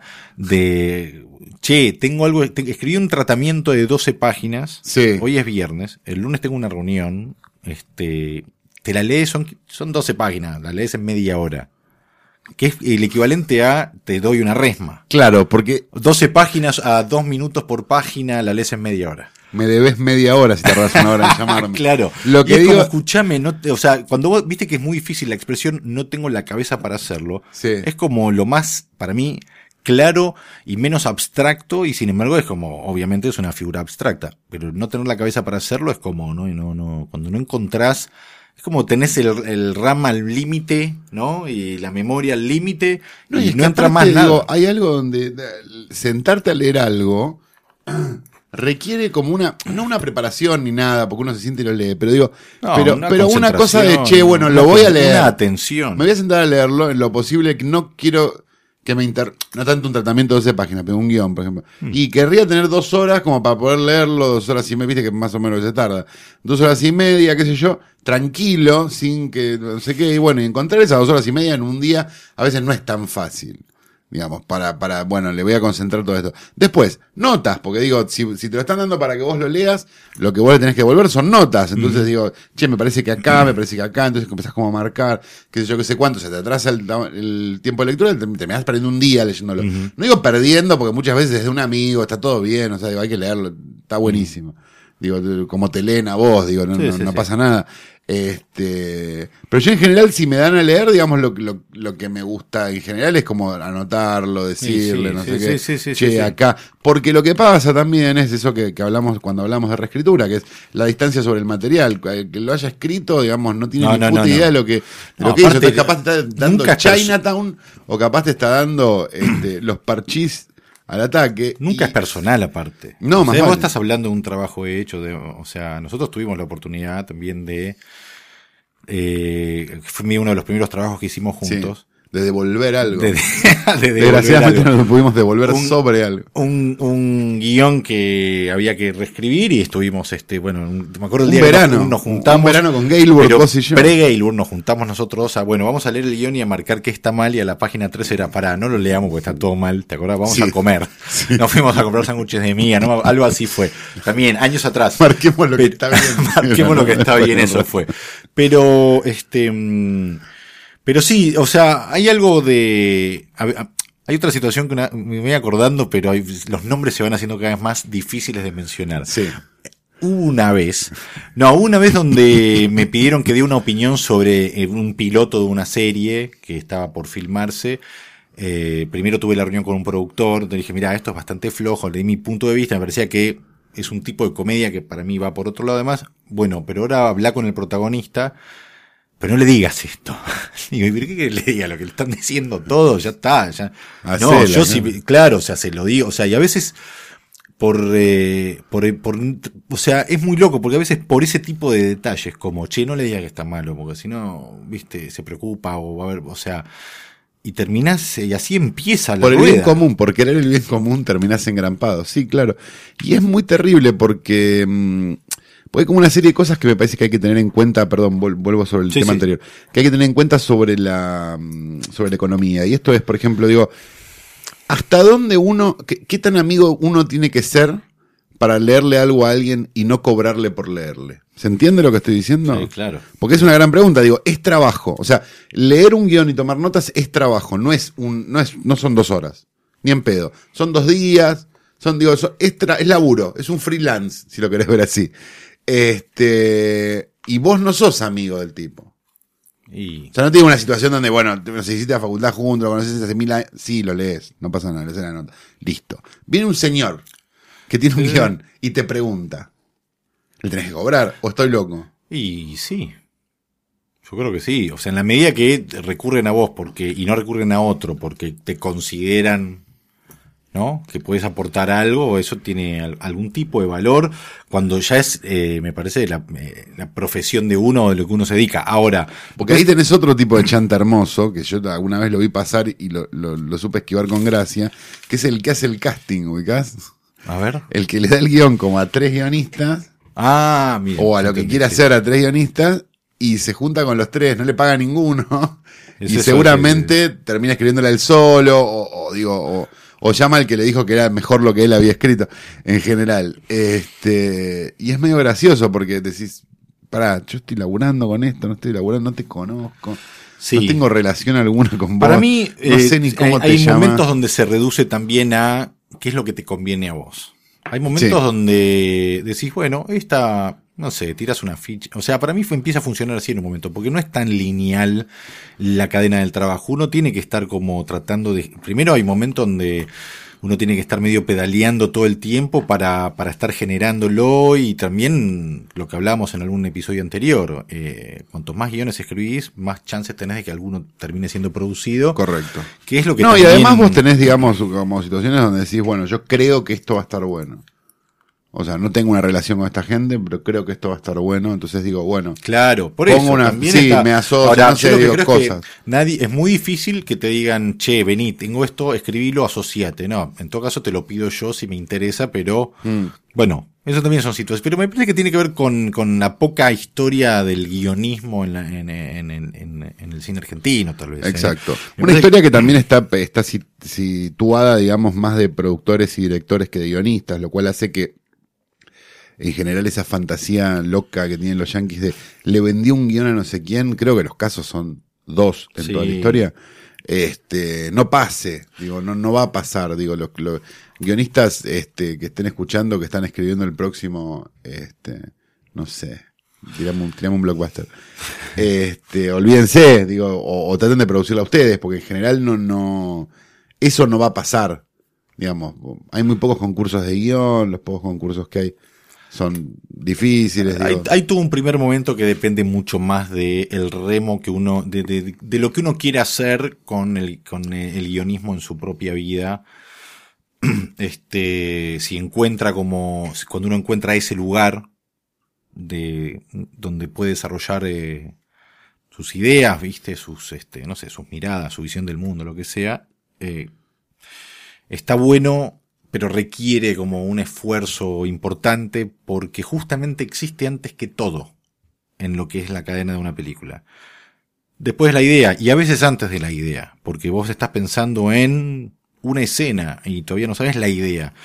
tengo algo, escribí un tratamiento de 12 páginas, Sí. hoy es viernes, el lunes tengo una reunión, te la lees, son 12 páginas, la lees en media hora, que es el equivalente a te doy una resma. Claro, porque 12 páginas a 2 minutos por página, la lees en media hora. me debes media hora si tardás una hora en llamarme. Claro. Lo que y es digo, como, escuchame, o sea, cuando vos viste que es muy difícil la expresión, no tengo la cabeza para hacerlo, Sí. es como lo más, para mí, claro y menos abstracto, y sin embargo es como, obviamente es una figura abstracta, pero no tener la cabeza para hacerlo es como, no, cuando no encontrás, es como tenés el RAM al límite, ¿no? Y la memoria al límite, y es no que entra aparte, más nada. digo, hay algo donde sentarte a leer algo requiere como no una preparación ni nada, porque uno se siente y lo lee, pero digo, No, pero una cosa de, che, bueno, una lo voy a leer. Una atención. Me voy a sentar a leerlo en lo posible, que no quiero que no tanto un tratamiento de 12 páginas, pero un guión, por ejemplo. Y querría tener 2 horas como para poder leerlo, 2 horas y media, viste que más o menos se tarda. 2 horas y media, qué sé yo, tranquilo, sin que no sé qué. Y bueno, y encontrar esas 2 horas y media en un día a veces no es tan fácil. Digamos, bueno, le voy a concentrar todo esto. Después, notas, porque digo, si te lo están dando para que vos lo leas, lo que vos le tenés que devolver son notas. Entonces digo, che, me parece que acá, me parece que acá, entonces empezás como a marcar, qué sé yo, qué sé cuánto, se te atrasa el tiempo de lectura, te me vas perdiendo un día leyéndolo. No digo perdiendo, porque muchas veces es de un amigo, está todo bien, o sea, digo, hay que leerlo, está buenísimo. digo, como te leen a vos, digo, no, Sí, no, sí, no sí. pasa nada. Pero yo en general, si me dan a leer, digamos, lo que me gusta en general es como anotarlo, decirle, Sí, no sí, sé sí, qué, sí, sí, che, sí. acá. Porque lo que pasa también es eso que hablamos cuando hablamos de reescritura, que es la distancia sobre el material. Que lo haya escrito, digamos, no tiene No, ni no, puta no, idea no. de lo que No, hizo. aparte, Entonces, capaz te está dando nunca es Chinatown, o capaz te está dando los parchís al ataque. Nunca es y personal aparte. No, O más sea, vos vale. estás hablando de un trabajo hecho, o sea, nosotros tuvimos la oportunidad también de, fue uno de los primeros trabajos que hicimos Sí, juntos, de devolver algo. de devolver Desgraciadamente algo. no lo pudimos devolver Un- sobre algo. Un guión que había que reescribir y estuvimos, bueno, me acuerdo el Un día verano, que nos juntamos. un verano con Gaylord, pero vos y yo. Pre-Gaylord nos juntamos nosotros bueno, vamos a leer el guión y a marcar qué está mal, y a la página 3 era, pará, no lo leamos porque está todo mal, ¿te acordás? Vamos Sí. a comer. Nos fuimos a comprar sándwiches de miga, ¿no? Algo así fue. También, años atrás. Marquemos lo que está bien. Marquemos lo que está bien, eso fue. Pero, pero sí, o sea, hay algo de... Hay otra situación que me voy acordando, pero los nombres se van haciendo cada vez más difíciles de mencionar. Sí. Una vez donde me pidieron que dé una opinión sobre un piloto de una serie que estaba por filmarse. Primero tuve la reunión con un productor, le dije, mira, esto es bastante flojo, le di mi punto de vista, me parecía que es un tipo de comedia que para mí va por otro lado. Además, bueno, pero ahora habla con el protagonista, pero no le digas esto. Digo, ¿y por qué que le diga lo que le están diciendo todos? Ya está, ya. Hacela, No, yo ¿no? sí, claro, o sea, se lo digo, o sea, y a veces o sea, es muy loco, porque a veces por ese tipo de detalles, como, che, no le digas que está malo, porque si no, viste, se preocupa, o va a ver, o sea, y terminás, y así empieza la Por el rueda. bien común, por querer el bien común terminás engrampado. Sí, claro. Y es muy terrible porque hay como una serie de cosas que me parece que hay que tener en cuenta, perdón, vuelvo sobre el Sí, tema sí. anterior, que hay que tener en cuenta sobre la economía. Y esto es, por ejemplo, digo, ¿hasta dónde qué tan amigo uno tiene que ser para leerle algo a alguien y no cobrarle por leerle? ¿Se entiende lo que estoy diciendo? Sí, claro. Porque es una gran pregunta, digo, es trabajo. O sea, leer un guión y tomar notas es trabajo, no son 2 horas, ni en pedo. Son 2 días, es laburo, es un freelance, si lo querés ver así. Y vos no sos amigo del tipo. Y O sea, no tiene una situación donde, bueno, nos hiciste a la facultad juntos, lo conoces hace 1000 años. Sí, lo lees, no pasa nada, lees la nota. Listo. Viene un señor que tiene un guión y te pregunta, ¿le tenés que cobrar o estoy loco? Y sí, yo creo que sí. O sea, en la medida que recurren a vos y no recurren a otro porque te consideran, ¿no?, que puedes aportar algo, eso tiene algún tipo de valor cuando ya es, me parece, la profesión de uno, de lo que uno se dedica. Ahora, Porque ahí tenés otro tipo de chanta hermoso, que yo alguna vez lo vi pasar y lo supe esquivar con gracia, que es el que hace el casting, ¿ubicás? a ver. El que le da el guión como a 3 guionistas, Ah, mira. o a lo que quiera hacer a 3 guionistas, y se junta con los 3, no le paga a ninguno, Es y eso, seguramente termina escribiéndola él solo, o llama al que le dijo que era mejor lo que él había escrito, en general. Y es medio gracioso, porque decís, pará, yo estoy laburando con esto, no estoy laburando, no te conozco. Sí. No tengo relación alguna con vos. Para mí, no sé ni cómo te hay llamas. momentos donde se reduce también a qué es lo que te conviene a vos. Hay momentos Sí. donde decís, bueno, no sé, tiras una ficha. O sea, para mí empieza a funcionar así en un momento, porque no es tan lineal la cadena del trabajo. Uno tiene que estar como tratando de... Primero hay momentos donde uno tiene que estar medio pedaleando todo el tiempo para estar generándolo, y también lo que hablábamos en algún episodio anterior, cuantos más guiones escribís, más chances tenés de que alguno termine siendo producido. Correcto. Que es lo que No, y también- además vos tenés, digamos, como situaciones donde decís, bueno, yo creo que esto va a estar bueno. O sea, no tengo una relación con esta gente, pero creo que esto va a estar bueno. Entonces digo, bueno, Claro, por Pongo eso una- también sí, está. me asocio, Ahora, no sé, yo lo que digo creo es cosas. que es muy difícil que te digan, che, vení, tengo esto, escribilo, asociate. No, en todo caso te lo pido yo si me interesa, pero bueno, eso también son situaciones. Pero me parece que tiene que ver con la poca historia del guionismo en el cine argentino, tal vez. exacto. Me Una parece historia que también está situada, digamos, más de productores y directores que de guionistas, lo cual hace que en general esa fantasía loca que tienen los yanquis de le vendió un guión a no sé quién, creo que los casos son 2 en Sí. toda la historia. no pase, digo, no va a pasar, digo, los guionistas que estén escuchando, que están escribiendo el próximo, no sé, tiramos un blockbuster. Olvídense, digo, o traten de producirla ustedes, porque en general no eso no va a pasar, digamos. Hay muy pocos concursos de guión, los pocos concursos que hay son difíciles. Hay todo un primer momento que depende mucho más de el remo que uno, de lo que uno quiere hacer con el guionismo en su propia vida. Si encuentra cuando uno encuentra ese lugar donde puede desarrollar sus ideas, viste, sus no sé, sus miradas, su visión del mundo, lo que sea, está bueno, pero requiere como un esfuerzo importante porque justamente existe antes que todo en lo que es la cadena de una película. Después la idea, y a veces antes de la idea, porque vos estás pensando en una escena y todavía no sabes la idea.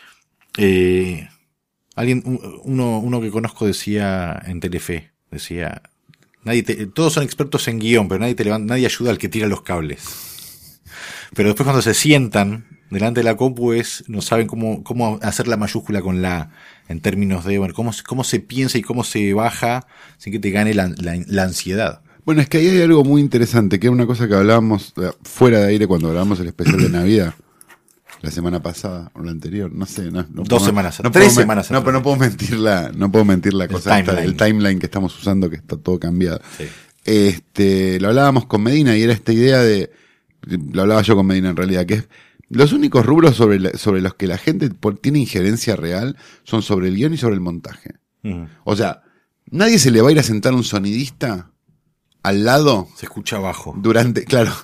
Uno que conozco decía en Telefe, decía, todos son expertos en guión, pero nadie ayuda al que tira los cables. Pero después cuando se sientan delante de la compu no saben cómo hacer la mayúscula con la A, en términos de, bueno, cómo se piensa y cómo se baja sin que te gane la ansiedad. Bueno, es que ahí hay algo muy interesante, que es una cosa que hablábamos fuera de aire cuando hablábamos el especial de Navidad. La semana pasada o la anterior, no sé, no 2 semanas, no 3 semanas. No, pero no puedo mentir la cosa el timeline que estamos usando, que está todo cambiado. Sí. Lo hablábamos con Medina y era esta idea lo hablaba yo con Medina en realidad, que es los únicos rubros sobre los que la gente tiene injerencia real son sobre el guión y sobre el montaje. O sea, nadie se le va a ir a sentar a un sonidista al lado. Se escucha abajo. Durante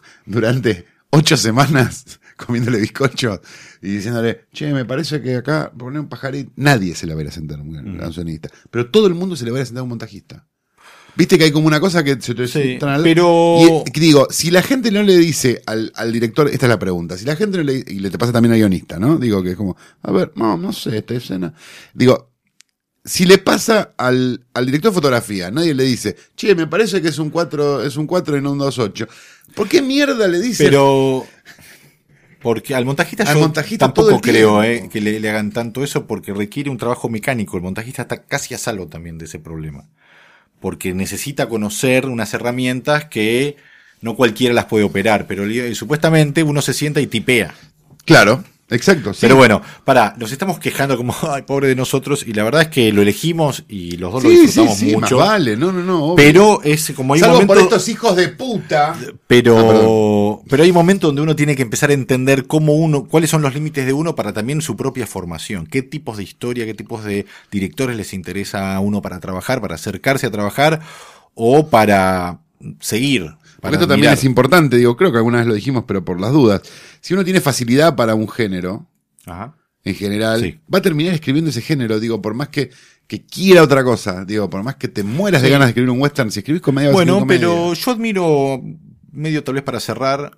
8 semanas comiéndole bizcocho y diciéndole, che, me parece que acá poner un pajarito. Nadie se le va a ir a sentar a un sonidista. Pero todo el mundo se le va a ir a sentar a un montajista. Viste que hay como una cosa que se te sientan al... Pero... Y digo, si la gente no le dice al director, esta es la pregunta, si la gente no le... Y le te pasa también al guionista, ¿no? Digo que es como, a ver, no sé, esta escena... Digo, si le pasa al director de fotografía, nadie le dice, che, me parece que es un 4 y no un 2.8. ¿Por qué mierda le dice? Pero... Porque al montajista tampoco creo que le hagan tanto eso, porque requiere un trabajo mecánico. El montajista está casi a salvo también de ese problema. Porque necesita conocer unas herramientas que no cualquiera las puede operar, pero supuestamente uno se sienta y tipea. Claro, exacto. Sí. Pero bueno, nos estamos quejando como, ay, pobre de nosotros, y la verdad es que lo elegimos y los dos lo disfrutamos mucho. Más vale, no, obvio. Pero es como hay un momento... por estos hijos de puta. Pero hay un momento donde uno tiene que empezar a entender cuáles son los límites de uno para también su propia formación. Qué tipos de historia, qué tipos de directores les interesa a uno para trabajar, para acercarse a trabajar o para seguir. Porque esto también es importante, digo, creo que alguna vez lo dijimos, pero por las dudas. Si uno tiene facilidad para un género, en general, va a terminar escribiendo ese género, digo, por más que quiera otra cosa, digo, por más que te mueras de ganas de escribir un western, si escribís comedia, vas a escribir comedia. Pero yo admiro, medio tal vez para cerrar,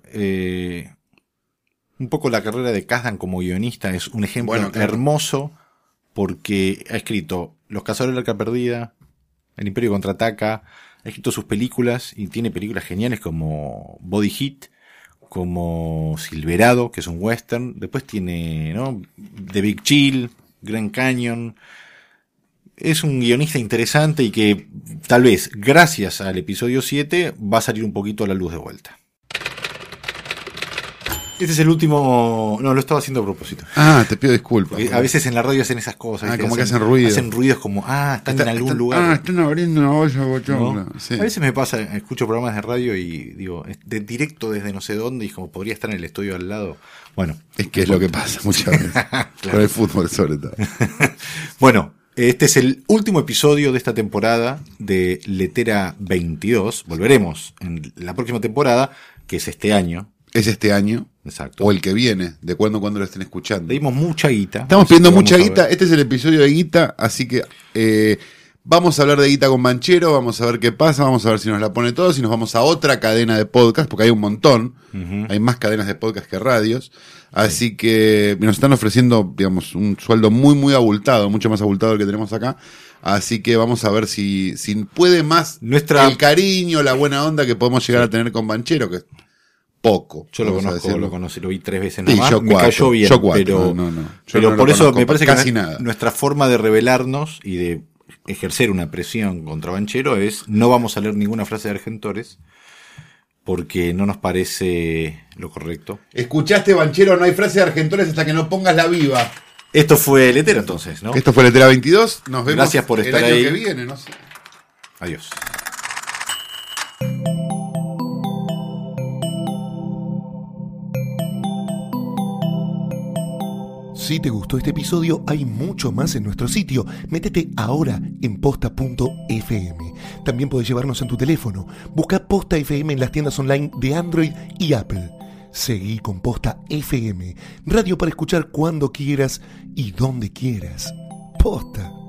un poco la carrera de Kasdan como guionista, es un ejemplo hermoso, porque ha escrito Los Cazadores del Arca Perdida, El Imperio Contraataca, ha escrito sus películas y tiene películas geniales como Body Hit, como Silverado, que es un western. Después tiene, ¿no?, The Big Chill, Grand Canyon. Es un guionista interesante y que tal vez, gracias al episodio 7, va a salir un poquito a la luz de vuelta. Este es el último... No, lo estaba haciendo a propósito. Te pido disculpas. A veces en la radio hacen esas cosas. Como que hacen ruido. Hacen ruidos como, están en algún lugar. Están abriendo una olla bochona. ¿No? Sí. A veces me pasa, escucho programas de radio y digo, directo desde no sé dónde, y como podría estar en el estudio al lado. Bueno. Es que es lo que pasa muchas veces. Claro. Con el fútbol sobre todo. Bueno, este es el último episodio de esta temporada de Letera 22. Volveremos en la próxima temporada, que es este año. Es este año. Exacto. O el que viene, de cuando lo estén escuchando. Le dimos mucha guita. Estamos pidiendo mucha guita. Este es el episodio de guita, así que vamos a hablar de guita con Banchero, vamos a ver qué pasa, vamos a ver si nos la pone todo, si nos vamos a otra cadena de podcast, porque hay un montón. Hay más cadenas de podcast que radios. Así que nos están ofreciendo, digamos, un sueldo muy, muy abultado, mucho más abultado del que tenemos acá. Así que vamos a ver si puede más el cariño, la buena onda que podemos llegar a tener con Banchero, que poco. Yo lo vamos a conozco, decirlo. lo conocí, lo vi 3 veces Sí, nada más. yo Me 4, cayó bien, yo 4, pero, no. Yo pero no por lo eso conozco me parece casi que nada. nuestra forma de rebelarnos y de ejercer una presión contra Banchero es no vamos a leer ninguna frase de Argentores porque no nos parece lo correcto. Escuchaste, Banchero, no hay frase de Argentores hasta que no pongas la viva. Esto fue el Hetero entonces, ¿no? Esto fue el Letera 22. Nos vemos Gracias por estar el año ahí. que viene, no sé. Adiós. Si te gustó este episodio, hay mucho más en nuestro sitio. Métete ahora en posta.fm. También podés llevarnos en tu teléfono. Busca Posta FM en las tiendas online de Android y Apple. Seguí con Posta FM, radio para escuchar cuando quieras y donde quieras. Posta.